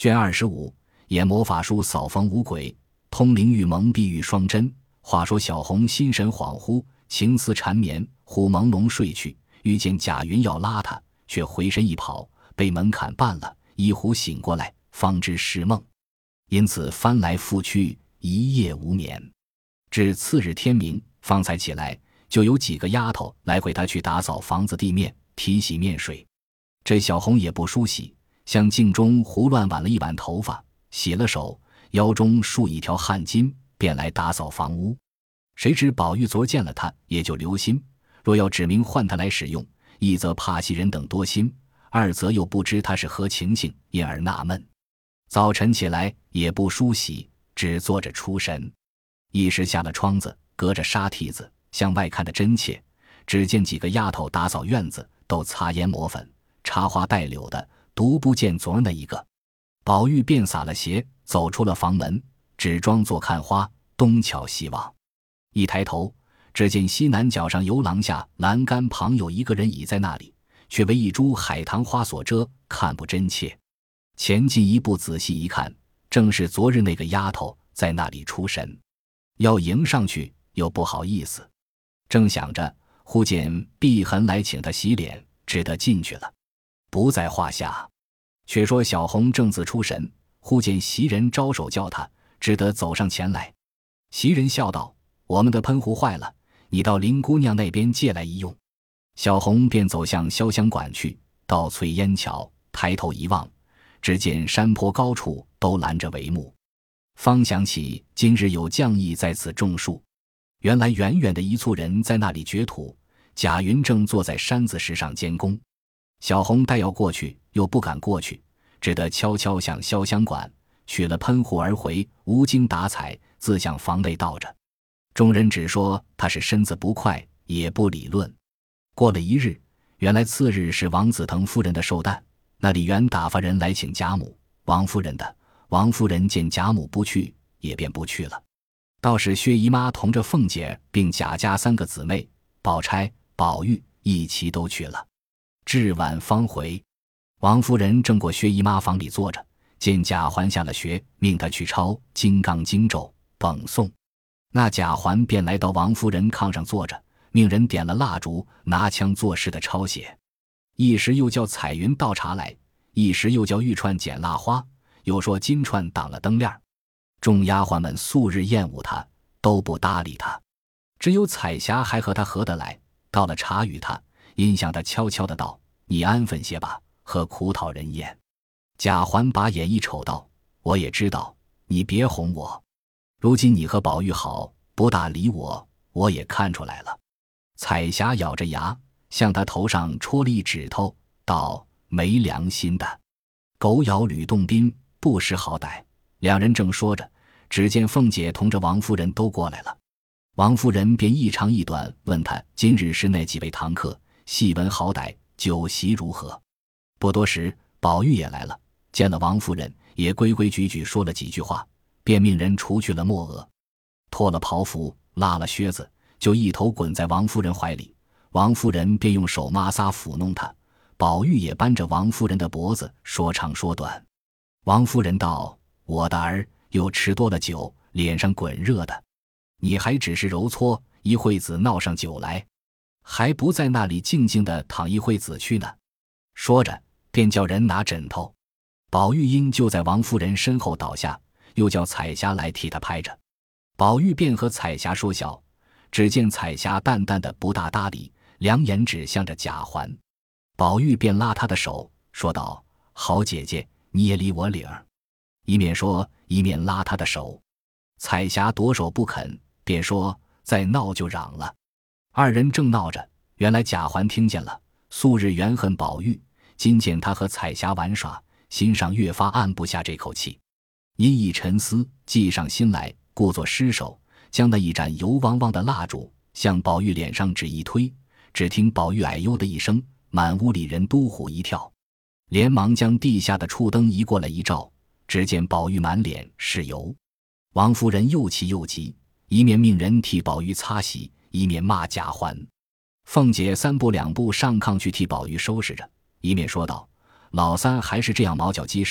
卷25，演魔法书扫风五鬼，通灵玉蒙碧玉双针。话说小红心神恍惚，情思缠绵，忽朦胧睡去，遇见贾云要拉她，却回身一跑，被门槛绊了，一呼醒过来，方知是梦，因此翻来覆去，一夜无眠。至次日天明，方才起来，就有几个丫头来回她去打扫房子地面，提洗面水。这小红也不梳洗，向镜中胡乱挽了一挽头发，洗了手，腰中束一条汗巾，便来打扫房屋。谁知宝玉昨见了他，也就留心，若要指明唤他来使用，一则怕袭人等多心，二则又不知他是何情形，因而纳闷。早晨起来也不梳洗，只坐着出神。一时下了窗子，隔着纱屉子向外看得真切，只见几个丫头打扫院子，都擦烟抹粉，插花带柳的，独不见昨儿那一个。宝玉便撒了鞋，走出了房门，只装作看花，东瞧西望。一抬头，只见西南角上游廊下栏杆旁有一个人倚在那里，却为一株海棠花所遮，看不真切。前进一步仔细一看，正是昨日那个丫头在那里出神，要迎上去又不好意思。正想着，忽见碧痕来请他洗脸，只得进去了，不在话下。却说小红正自出神，忽见袭人招手叫他，只得走上前来。袭人笑道：我们的喷壶坏了，你到林姑娘那边借来一用。小红便走向潇湘馆去，到翠烟桥，抬头一望，只见山坡高处都拦着帷幕，方想起今日有匠役在此种树。原来远远的一簇人在那里掘土，贾云正坐在山子石上监工。小红待要过去，又不敢过去，只得悄悄向潇湘馆取了喷壶而回，无精打采，自向房内倒着。众人只说他是身子不快，也不理论。过了一日，原来次日是王子腾夫人的寿诞，那里原打发人来请贾母、王夫人的。王夫人见贾母不去，也便不去了。倒是薛姨妈同着凤姐并贾家三个姊妹宝钗、宝玉一齐都去了。至晚方回，王夫人正过薛姨妈房里坐着，见贾环下了学，命她去抄《金刚经》咒捧诵。那贾环便来到王夫人炕上坐着，命人点了蜡烛，拿枪作势的抄写。一时又叫彩云倒茶来，一时又叫玉钏捡蜡花，又说金钏挡了灯链。众丫鬟们素日厌恶他，都不搭理他，只有彩霞还和他合得来，到了茶与他，因向他悄悄的道：你安分些吧，何苦讨人厌。贾环把眼一瞅道：我也知道，你别哄我，如今你和宝玉好，不大理我，我也看出来了。彩霞咬着牙，向他头上戳了一指头，道：没良心的，狗咬吕洞宾，不识好歹。两人正说着，只见凤姐同着王夫人都过来了。王夫人便一长一短问他今日是那几位堂客，细问好歹，酒席如何。不多时，宝玉也来了，见了王夫人，也规规矩矩说了几句话，便命人除去了墨额，脱了袍服，拉了靴子，就一头滚在王夫人怀里。王夫人便用手抹撒抚弄他，宝玉也扳着王夫人的脖子说长说短。王夫人道：我的儿又吃多了酒，脸上滚热的，你还只是揉搓，一会子闹上酒来，还不在那里静静地躺一会子去呢。说着便叫人拿枕头。宝玉因就在王夫人身后倒下，又叫彩霞来替他拍着。宝玉便和彩霞说笑，只见彩霞淡淡的不大搭理，两眼只向着贾环。宝玉便拉她的手说道：好姐姐，你也理我领儿。一面说一面拉她的手。彩霞夺手不肯，便说再闹就嚷了。二人正闹着，原来贾环听见了，素日原恨宝玉，今见他和彩霞玩耍，心上越发按不下这口气，因一沉思，计上心来，故作失手，将那一盏油汪汪的蜡烛向宝玉脸上只一推，只听宝玉哎呦的一声，满屋里人都唬一跳，连忙将地下的触灯移过来一照，只见宝玉满脸是油。王夫人又气又急，一面命人替宝玉擦洗，一面骂贾环。凤姐三步两步上炕去替宝玉收拾着，一面说道：老三还是这样毛脚鸡似的，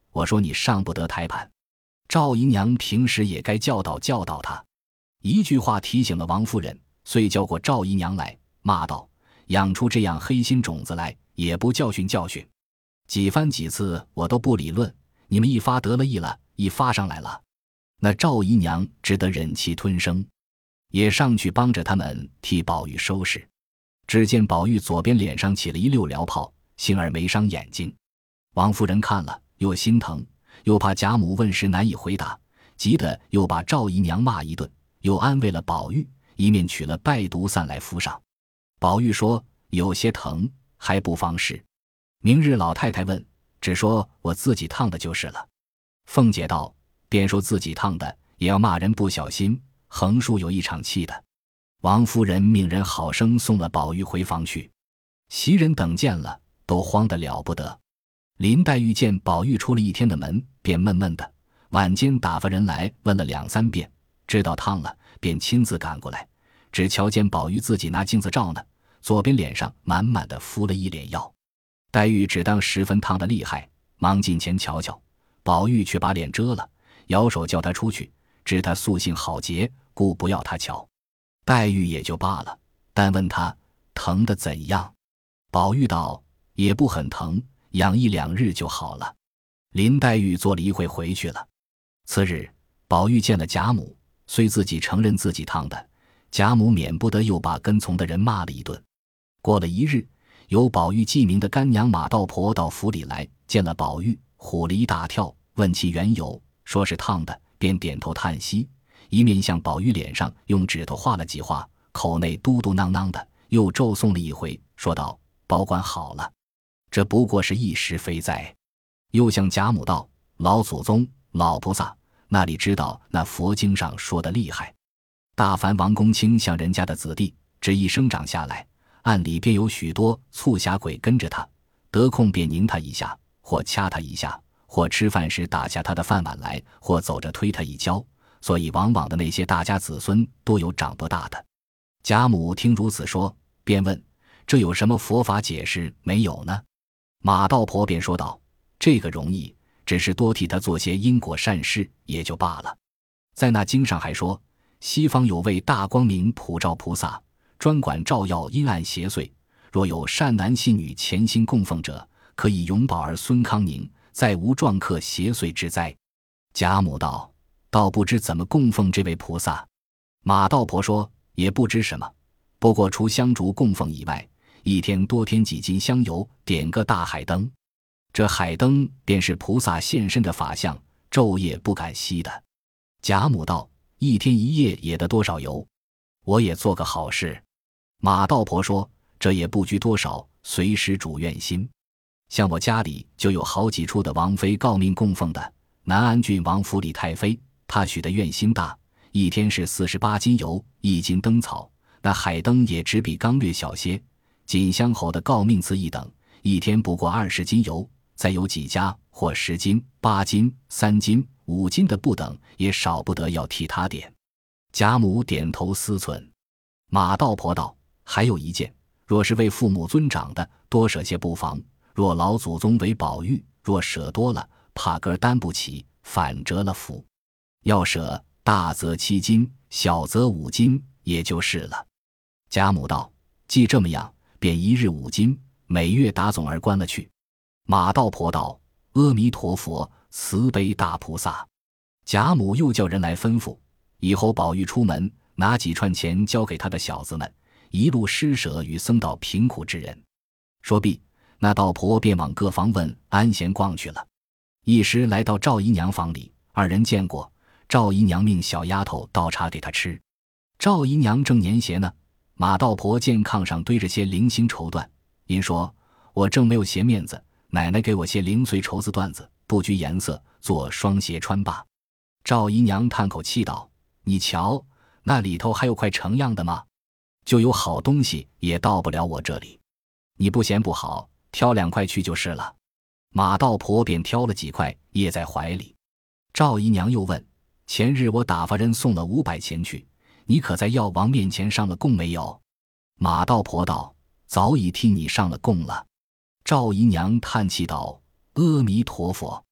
我说你上不得台盘。赵姨娘平时也该教导教导他。一句话提醒了王夫人，遂叫过赵姨娘来，骂道：养出这样黑心种子来，也不教训教训。几番几次我都不理论，你们一发得了意了，一发上来了。那赵姨娘只得忍气吞声，也上去帮着他们替宝玉收拾。只见宝玉左边脸上起了一溜燎泡，幸而没伤眼睛。王夫人看了，又心疼，又怕贾母问时难以回答，急得又把赵姨娘骂一顿，又安慰了宝玉，一面取了败毒散来敷上。宝玉说：有些疼，还不妨事。明日老太太问，只说我自己烫的就是了。凤姐道：便说自己烫的，也要骂人不小心，横竖有一场气的。王夫人命人好生送了宝玉回房去。袭人等见了，都慌得了不得。林黛玉见宝玉出了一天的门，便闷闷的，晚间打发人来问了2、3遍，知道烫了，便亲自赶过来，只瞧见宝玉自己拿镜子照呢，左边脸上满满的敷了一脸药。黛玉只当十分烫得厉害，忙近前瞧瞧，宝玉却把脸遮了，摇手叫他出去，知他素性好洁，故不要他瞧。黛玉也就罢了，但问他疼得怎样。宝玉道：也不很疼，养1、2日就好了。林黛玉坐了一会回去了。次日宝玉见了贾母，虽自己承认自己烫的，贾母免不得又把跟从的人骂了一顿。过了1日，有宝玉记名的干娘马道婆到府里来，见了宝玉，唬了一大跳，问其缘由，说是烫的，便点头叹息，一面向宝玉脸上用指头画了几画，口内嘟嘟囔囔的，又咒诵了一回，说道：保管好了，这不过是一时非灾。又向贾母道：老祖宗老菩萨那里知道那佛经上说的厉害，大凡王公卿像人家的子弟，只一生长下来，暗里便有许多促狭鬼跟着他，得空便拧他一下，或掐他一下，或吃饭时打下他的饭碗来，或走着推他一跤，所以往往的那些大家子孙多有长不大的。贾母听如此说，便问：这有什么佛法解释没有呢？马道婆便说道：这个容易，只是多替他做些因果善事也就罢了。在那经上还说，西方有位大光明普照菩萨，专管照耀阴暗邪祟，若有善男信女潜心供奉者，可以永保儿孙康宁，再无撞克邪祟之灾。贾母道：倒不知怎么供奉这位菩萨。马道婆说：也不知什么，不过除香烛供奉以外，一天多添几斤香油，点个大海灯。这海灯便是菩萨现身的法相，昼夜不敢熄的。贾母道：一天一夜也得多少油？我也做个好事。马道婆说：这也不拘多少，随时主愿心。像我家里就有好几处的王妃诰命供奉的，南安郡王府李太妃，她许的愿心大，一天是48斤油，1斤灯草，那海灯也只比刚略小些。锦香侯的诰命赐一等，一天不过20斤油，再有几家或10斤、8斤、3斤、5斤的不等，也少不得要替他点。贾母点头思忖。马道婆道：还有一件，若是为父母尊长的，多舍些不妨，若老祖宗为宝玉，若舍多了，怕个担不起，反折了福。要舍大则7斤，小则5斤，也就是了。贾母道：既这么样，便1日5斤，每月打总而关了去。马道婆道：阿弥陀佛，慈悲大菩萨。贾母又叫人来吩咐，以后宝玉出门，拿几串钱交给他的小子们，一路施舍与僧道贫苦之人。说毕，那道婆便往各房问安闲逛去了。一时来到赵姨娘房里，二人见过，赵姨娘命小丫头倒茶给她吃。赵姨娘正粘鞋呢，马道婆见炕上堆着些零星绸缎，因说：我正没有鞋面子，奶奶给我些零碎绸子缎子，不拘颜色，做双鞋穿罢。赵姨娘叹口气道：你瞧，那里头还有块成样的吗？就有好东西也到不了我这里，你不嫌不好，挑2块去就是了。马道婆便挑了几块掖在怀里。赵姨娘又问：前日我打发人送了500钱去，你可在药王面前上了供没有？马道婆道：早已替你上了供了。赵姨娘叹气道：阿弥陀佛。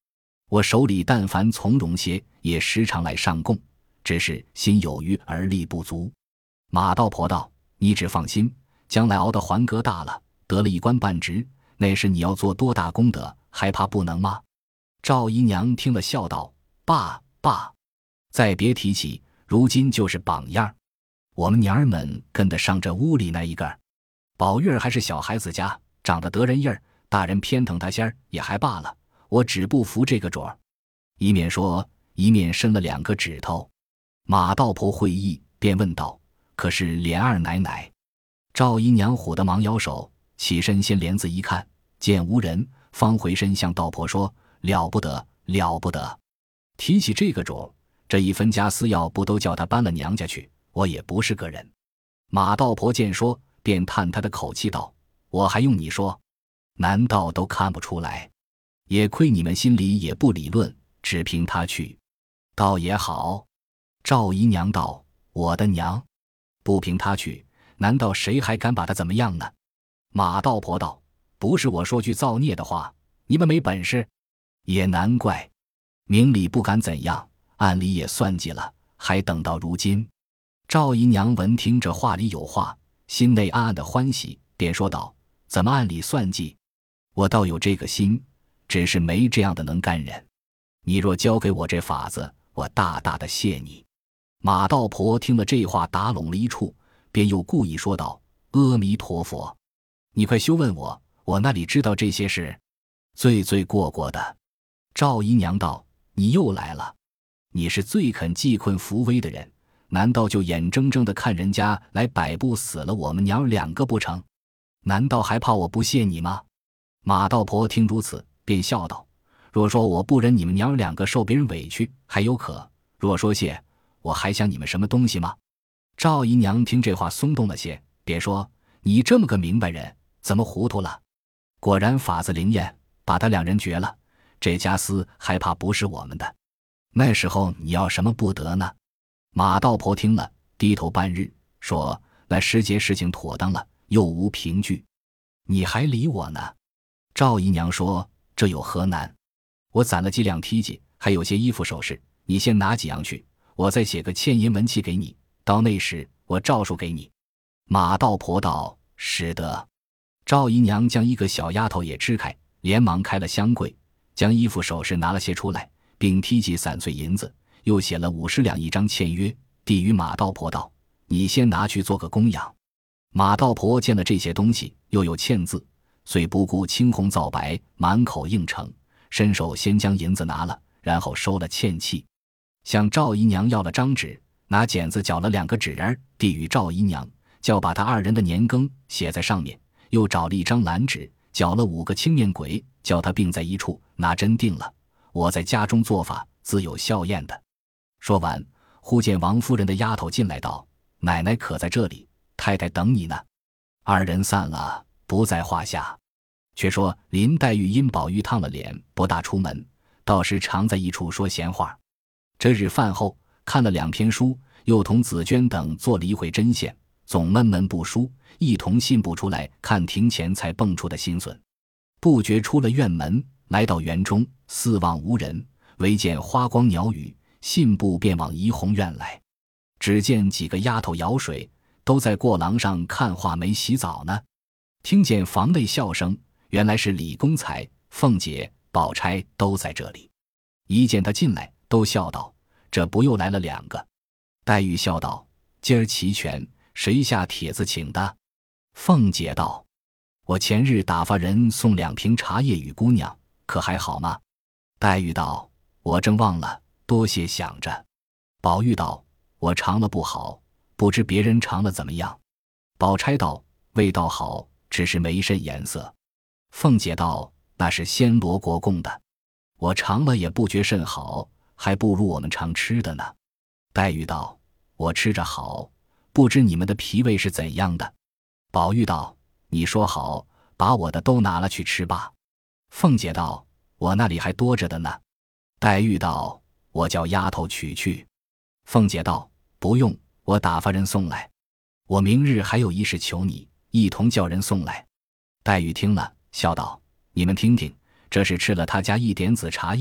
我手里但凡从容些，也时常来上供，只是心有余而力不足。”马道婆道：“你只放心，将来熬得还阁大了，得了一官半职，那时你要做多大功德，还怕不能吗？”赵姨娘听了笑道：“爸，再别提起，如今就是榜样，我们娘儿们跟得上这屋里那一个。宝玉儿还是小孩子家，长得得人意儿，大人偏疼他些儿也还罢了，我只不服这个主儿。”一面说，一面伸了2个指头。马道婆会意，便问道：“可是莲二奶奶？”赵姨娘唬得忙摇手，起身掀帘子一看，见无人，方回身向道婆说：“了不得，了不得！提起这个主，这一分家私要不都叫他搬了娘家去，我也不是个人。”马道婆见说，便叹他的口气道：“我还用你说？难道都看不出来？也亏你们心里也不理论，只凭他去，倒也好。”赵姨娘道：“我的娘，不凭他去，难道谁还敢把他怎么样呢？”马道婆道：“不是我说句造孽的话，你们没本事。也难怪，明里不敢怎样，暗里也算计了，还等到如今。”赵姨娘闻听这话里有话，心内暗暗的欢喜，便说道：“怎么暗里算计？我倒有这个心，只是没这样的能干人。你若教给我这法子，我大大的谢你。”马道婆听了这话，打拢了一处，便又故意说道：“阿弥陀佛，你快休问我，我那里知道这些事，罪过的。”赵姨娘道：“你又来了，你是最肯济困扶危的人，难道就眼睁睁的看人家来摆布死了我们娘2个不成？难道还怕我不谢你吗？”马道婆听如此，便笑道：“若说我不忍你们娘2个受别人委屈，还有可；若说谢，我还想你们什么东西吗？”赵姨娘听这话松动了些，便说：“你这么个明白人，怎么糊涂了？果然法子灵验，把他2人绝了，这家私还怕不是我们的？那时候你要什么不得呢？”马道婆听了，低头半日，说：“那时节事情妥当了，又无凭据，你还理我呢？”赵姨娘说：“这有何难？我攒了几两梯级，还有些衣服首饰，你先拿几样去，我再写个欠银文契给你，到那时我照数给你。”马道婆道：“使得。”赵姨娘将一个小丫头也支开，连忙开了箱柜，将衣服首饰拿了些出来，并提起散碎银子，又写了50两一张欠约，递与马道婆道：“你先拿去做个供养。”马道婆见了这些东西，又有欠字，遂不顾青红皂白，满口应承，伸手先将银子拿了，然后收了欠契，向赵姨娘要了张纸，拿剪子绞了2个纸人，递与赵姨娘，叫把他2人的年庚写在上面，又找了一张蓝纸，绞了5个青面鬼，叫他并在一处，拿针定了。我在家中做法，自有效验的。说完，忽见王夫人的丫头进来道：“奶奶可在这里？太太等你呢。”2人散了，不在话下。却说林黛玉因宝玉烫了脸，不大出门，到时常在一处说闲话。这日饭后看了2篇书，又同紫娟等做了一会针线，总闷闷不舒，一同信步出来看庭前才蹦出的新笋。不觉出了院门，来到园中，四望无人，唯见花光鸟语，信步便往怡红院来。只见几个丫头舀水，都在过廊上看画眉洗澡呢。听见房内笑声，原来是李公才、凤姐、宝钗都在这里。一见他进来，都笑道：“这不又来了2个？”黛玉笑道：“今儿齐全，谁下帖子请的？”凤姐道：“我前日打发人送2瓶茶叶与姑娘，可还好吗？”黛玉道：“我正忘了，多谢想着。”宝玉道：“我尝了不好，不知别人尝了怎么样？”宝钗道：“味道好，只是没甚颜色。”凤姐道：“那是暹罗国供的，我尝了也不觉甚好，还不如我们常吃的呢。”黛玉道：“我吃着好，不知你们的脾胃是怎样的？”宝玉道：“你说好，把我的都拿了去吃吧。”凤姐道：“我那里还多着的呢。”黛玉道：“我叫丫头取去。”凤姐道：“不用，我打发人送来。我明日还有一事求你，一同叫人送来。”黛玉听了，笑道：“你们听听，这是吃了他家1点子茶叶，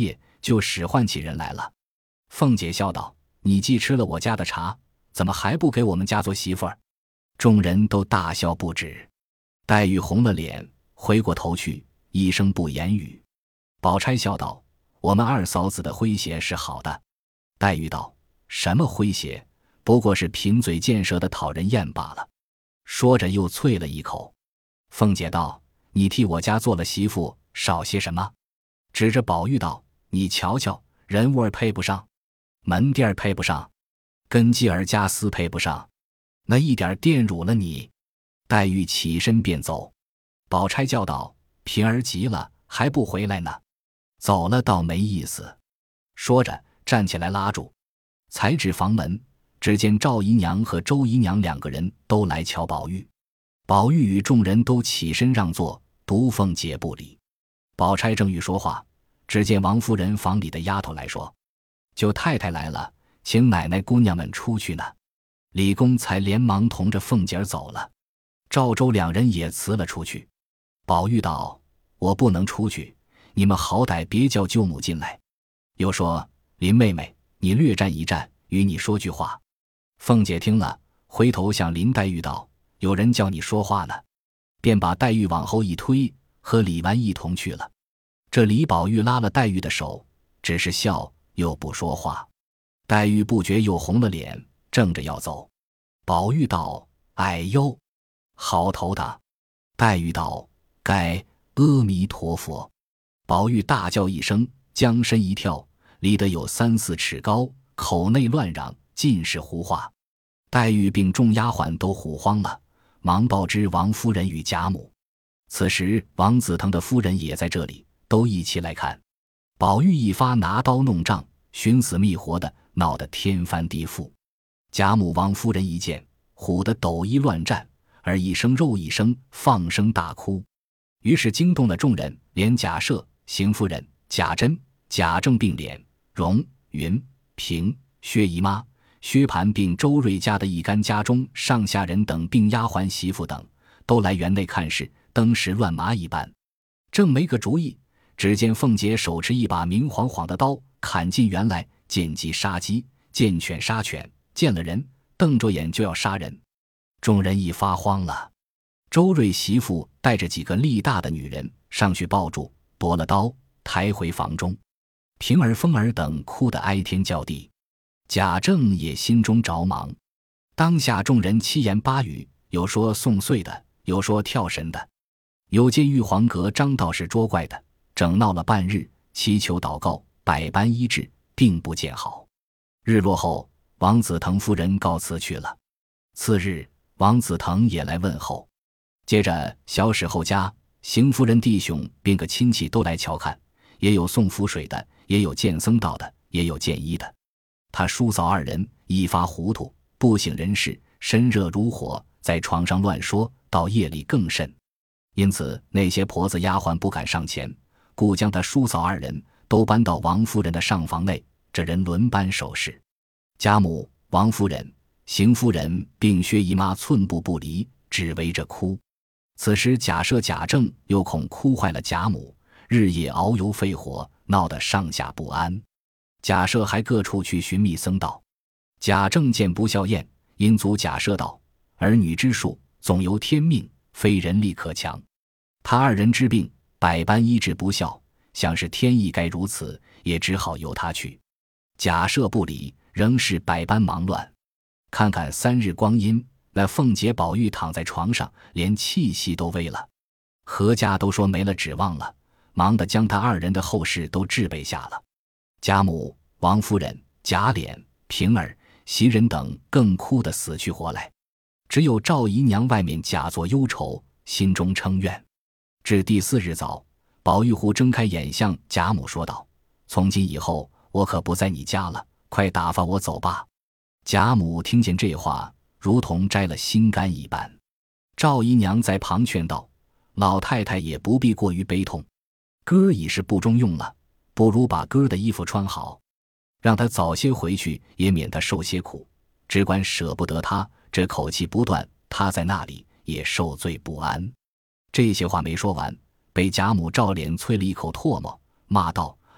就使唤起人来了。凤姐笑道：“你既吃了我家的茶，怎么还不给我们家做媳妇儿？”众人都大笑不止。黛玉红了脸，回过头去，一声不言语。宝钗笑道：“我们二嫂子的诙谐是好的。”黛玉道：“什么诙谐？不过是贫嘴贱舌的讨人厌罢了。”说着又啐了一口。凤姐道：“你替我家做了媳妇，少些什么？”指着宝玉道：“你瞧瞧，人物儿配不上，门第儿配不上，根基儿家私配不上，那一点玷辱了你。”黛玉起身便走。宝钗叫道：“平儿急了，还不回来呢？走了倒没意思。”说着站起来拉住。才至房门，只见赵姨娘和周姨娘两个人都来瞧宝玉。宝玉与众人都起身让座，独凤姐不理。宝钗正欲说话，只见王夫人房里的丫头来说：“舅太太来了，请奶奶姑娘们出去呢。”李公才连忙同着凤姐走了。赵周两人也辞了出去。宝玉道：“我不能出去，你们好歹别叫舅母进来。”又说：“林妹妹，你略站一站，与你说句话。”凤姐听了，回头向林黛玉道：“有人叫你说话呢。”便把黛玉往后一推，和李纨一同去了。这李宝玉拉了黛玉的手，只是笑，又不说话。黛玉不觉又红了脸，正着要走。宝玉道：“哎呦，好头的。”黛玉道：“该阿弥陀佛。”宝玉大叫一声，将身一跳，离得有3-4尺高，口内乱嚷，尽是胡话。黛玉并众丫鬟都唬慌了，忙报知王夫人与贾母。此时王子腾的夫人也在这里，都一起来看。宝玉一发拿刀弄杖，寻死觅活的，闹得天翻地覆。贾母王夫人一见，唬得抖衣乱战，而一声肉一声，放声大哭。于是惊动了众人，连贾赦、邢夫人、贾珍、贾政并脸、荣、云、平、薛姨妈、薛蟠并周瑞家的一干家中上下人等，并丫鬟媳妇等，都来园内看事，登时乱麻一般。正没个主意，只见凤姐手持一把明晃晃的刀，砍进园来，见鸡杀鸡，见犬杀犬，见了人瞪着眼就要杀人。众人一发慌了。周瑞媳妇带着几个力大的女人上去抱住，夺了刀，抬回房中。平儿、凤儿等哭得哀天叫地，贾政也心中着忙。当下众人七言八语，有说送岁的，有说跳神的，有见玉皇阁张道士捉怪的，整闹了半日，祈求祷告，百般医治，并不见好。日落后，王子腾夫人告辞去了。次日，王子腾也来问候。接着小史后家、邢夫人弟兄并个亲戚都来瞧看，也有送符水的，也有见僧道的，也有见医的。他叔嫂二人一发糊涂，不省人事，身热如火，在床上乱说，到夜里更甚。因此那些婆子丫鬟不敢上前，故将他叔嫂二人都搬到王夫人的上房内，这人轮班守事。贾母、王夫人、邢夫人并薛姨妈寸步不离，只围着哭。此时贾赦、贾政又恐哭坏了贾母，日夜熬油肺火，闹得上下不安。贾赦还各处去寻觅僧道。贾政见不效验，因阻贾赦道：“儿女之术总由天命，非人力可强。他二人之病，百般医治不效，想是天意该如此，也只好由他去。”贾赦不理，仍是百般忙乱。看看3日光阴，那凤姐、宝玉躺在床上，连气息都微了。何家都说没了指望了，忙得将他二人的后事都置备下了。贾母、王夫人、贾琏、平儿、袭人等更哭得死去活来。只有赵姨娘外面假作忧愁，心中称怨。至第4日早，宝玉忽睁开眼向贾母说道：“从今以后，我可不在你家了，快打发我走吧。”贾母听见这话，如同摘了心肝一般。赵姨娘在旁劝道：“老太太也不必过于悲痛，哥已是不中用了，不如把哥的衣服穿好，让他早些回去，也免他受些苦。只管舍不得他，这口气不断，他在那里也受罪不安。”这些话没说完，被贾母照脸啐了一口唾沫，骂道：“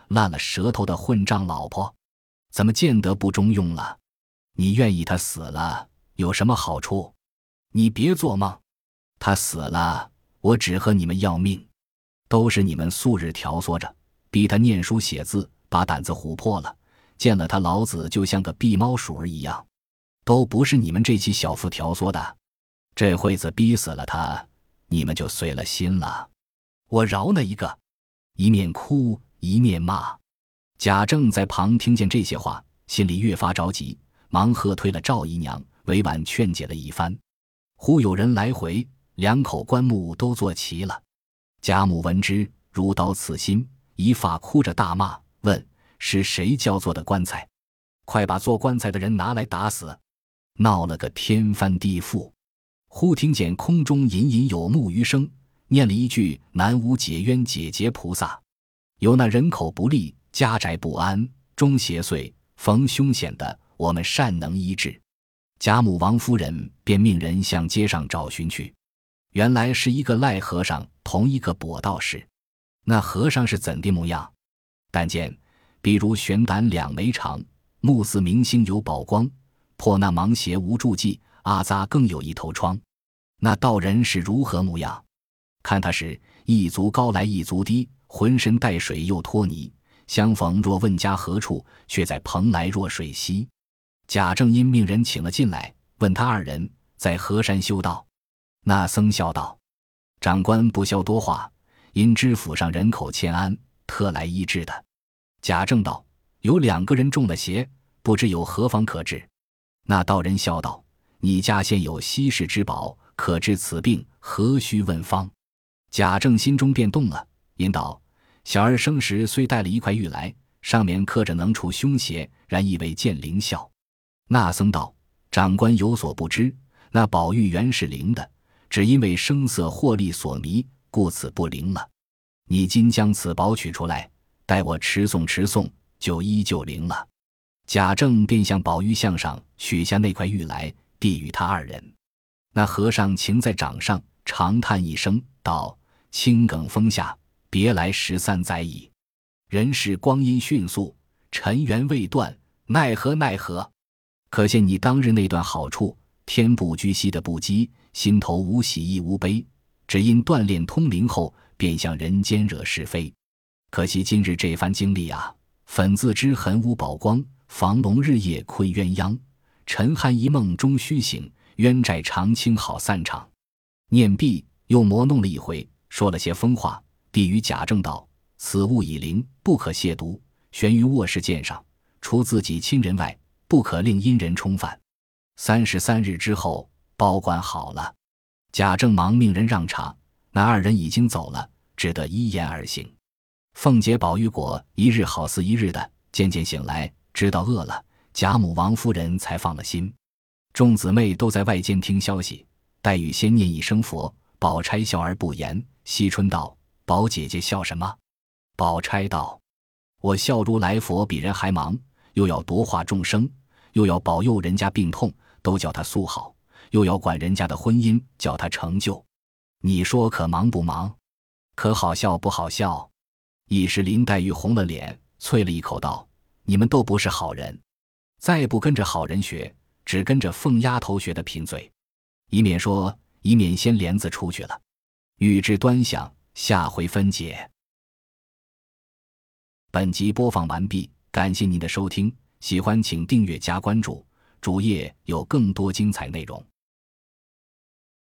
烂了舌头的混账老婆，怎么见得不中用了？你愿意他死了，有什么好处？你别做梦，他死了，我只和你们要命。都是你们素日挑唆着，逼他念书写字，把胆子唬破了，见了他老子就像个避猫鼠儿一样。都不是你们这起小妇挑唆的，这会子逼死了他，你们就碎了心了。我饶那一个！一面哭一面骂。贾政在旁听见这些话，心里越发着急，忙喝退了赵姨娘，委婉劝解了一番。忽有人来回，2口棺木都做齐了。贾母闻之，如刀刺心，一发哭着大骂，问是谁教做的棺材？快把做棺材的人拿来打死！闹了个天翻地覆。忽听见空中隐隐有木鱼声，念了一句南无解冤解结菩萨。有那人口不利，家宅不安，终邪祟，逢凶险的，我们善能医治。贾母王夫人便命人向街上找寻去，原来是一个赖和尚同一个跛道士。那和尚是怎的模样？但见比如悬胆2枚长，目似明星有宝光，破那芒鞋无注记，阿扎更有一头疮。那道人是如何模样？看他时一足高来一足低，浑身带水又脱泥，相逢若问家何处，却在蓬莱若水西。贾政因命人请了进来，问他2人在何山修道。那僧笑道：长官不消多话，因知府上人口欠安，特来医治的。贾政道：有2个人中了邪，不知有何方可治？那道人笑道：你家现有稀世之宝，可治此病，何须问方？贾政心中便动了，因道：小儿生时虽带了一块玉来，上面刻着能除凶邪，然以为见灵效。那僧道：长官有所不知，那宝玉原是灵的，只因为声色获利所迷，故此不灵了。你今将此宝取出来，待我持诵，就依旧灵了。贾政便向宝玉像上取下那块玉来，递与他2人。那和尚擎在掌上，长叹一声，道：青埂峰下，别来13载矣。人世光阴迅速，尘缘未断，奈何？可见你当日那段好处，天不居息的不羁，心头无喜亦无悲，只因锻炼通灵后，便向人间惹是非。可惜今日这番经历啊，粉自知痕无宝光，房龙日夜困鸳鸯，沉酣一梦终须醒，冤债长清好散场。念毕，又磨弄了一回，说了些疯话，递与贾政道：此物已灵，不可亵渎，悬于卧室剑上，除自己亲人外，不可令阴人冲犯。33日之后，保管好了。贾政忙命人让茶，那2人已经走了，只得依言而行。凤姐宝玉果一日好似一日的，渐渐醒来，知道饿了，贾母王夫人才放了心。众姊妹都在外间听消息，黛玉先念一声佛，宝钗笑而不言。惜春道：宝姐姐笑什么？宝钗道：我笑如来佛比人还忙，又要度化众生，又要保佑人家病痛，都叫他速好，又要管人家的婚姻，叫他成就。你说可忙不忙？可好笑不好笑？一时林黛玉红了脸，啐了一口道：你们都不是好人，再不跟着好人学，只跟着凤丫头学的贫嘴。以免说，以免掀帘子出去了。欲知端详，下回分解。本集播放完毕，感谢您的收听，喜欢请订阅加关注，主页有更多精彩内容。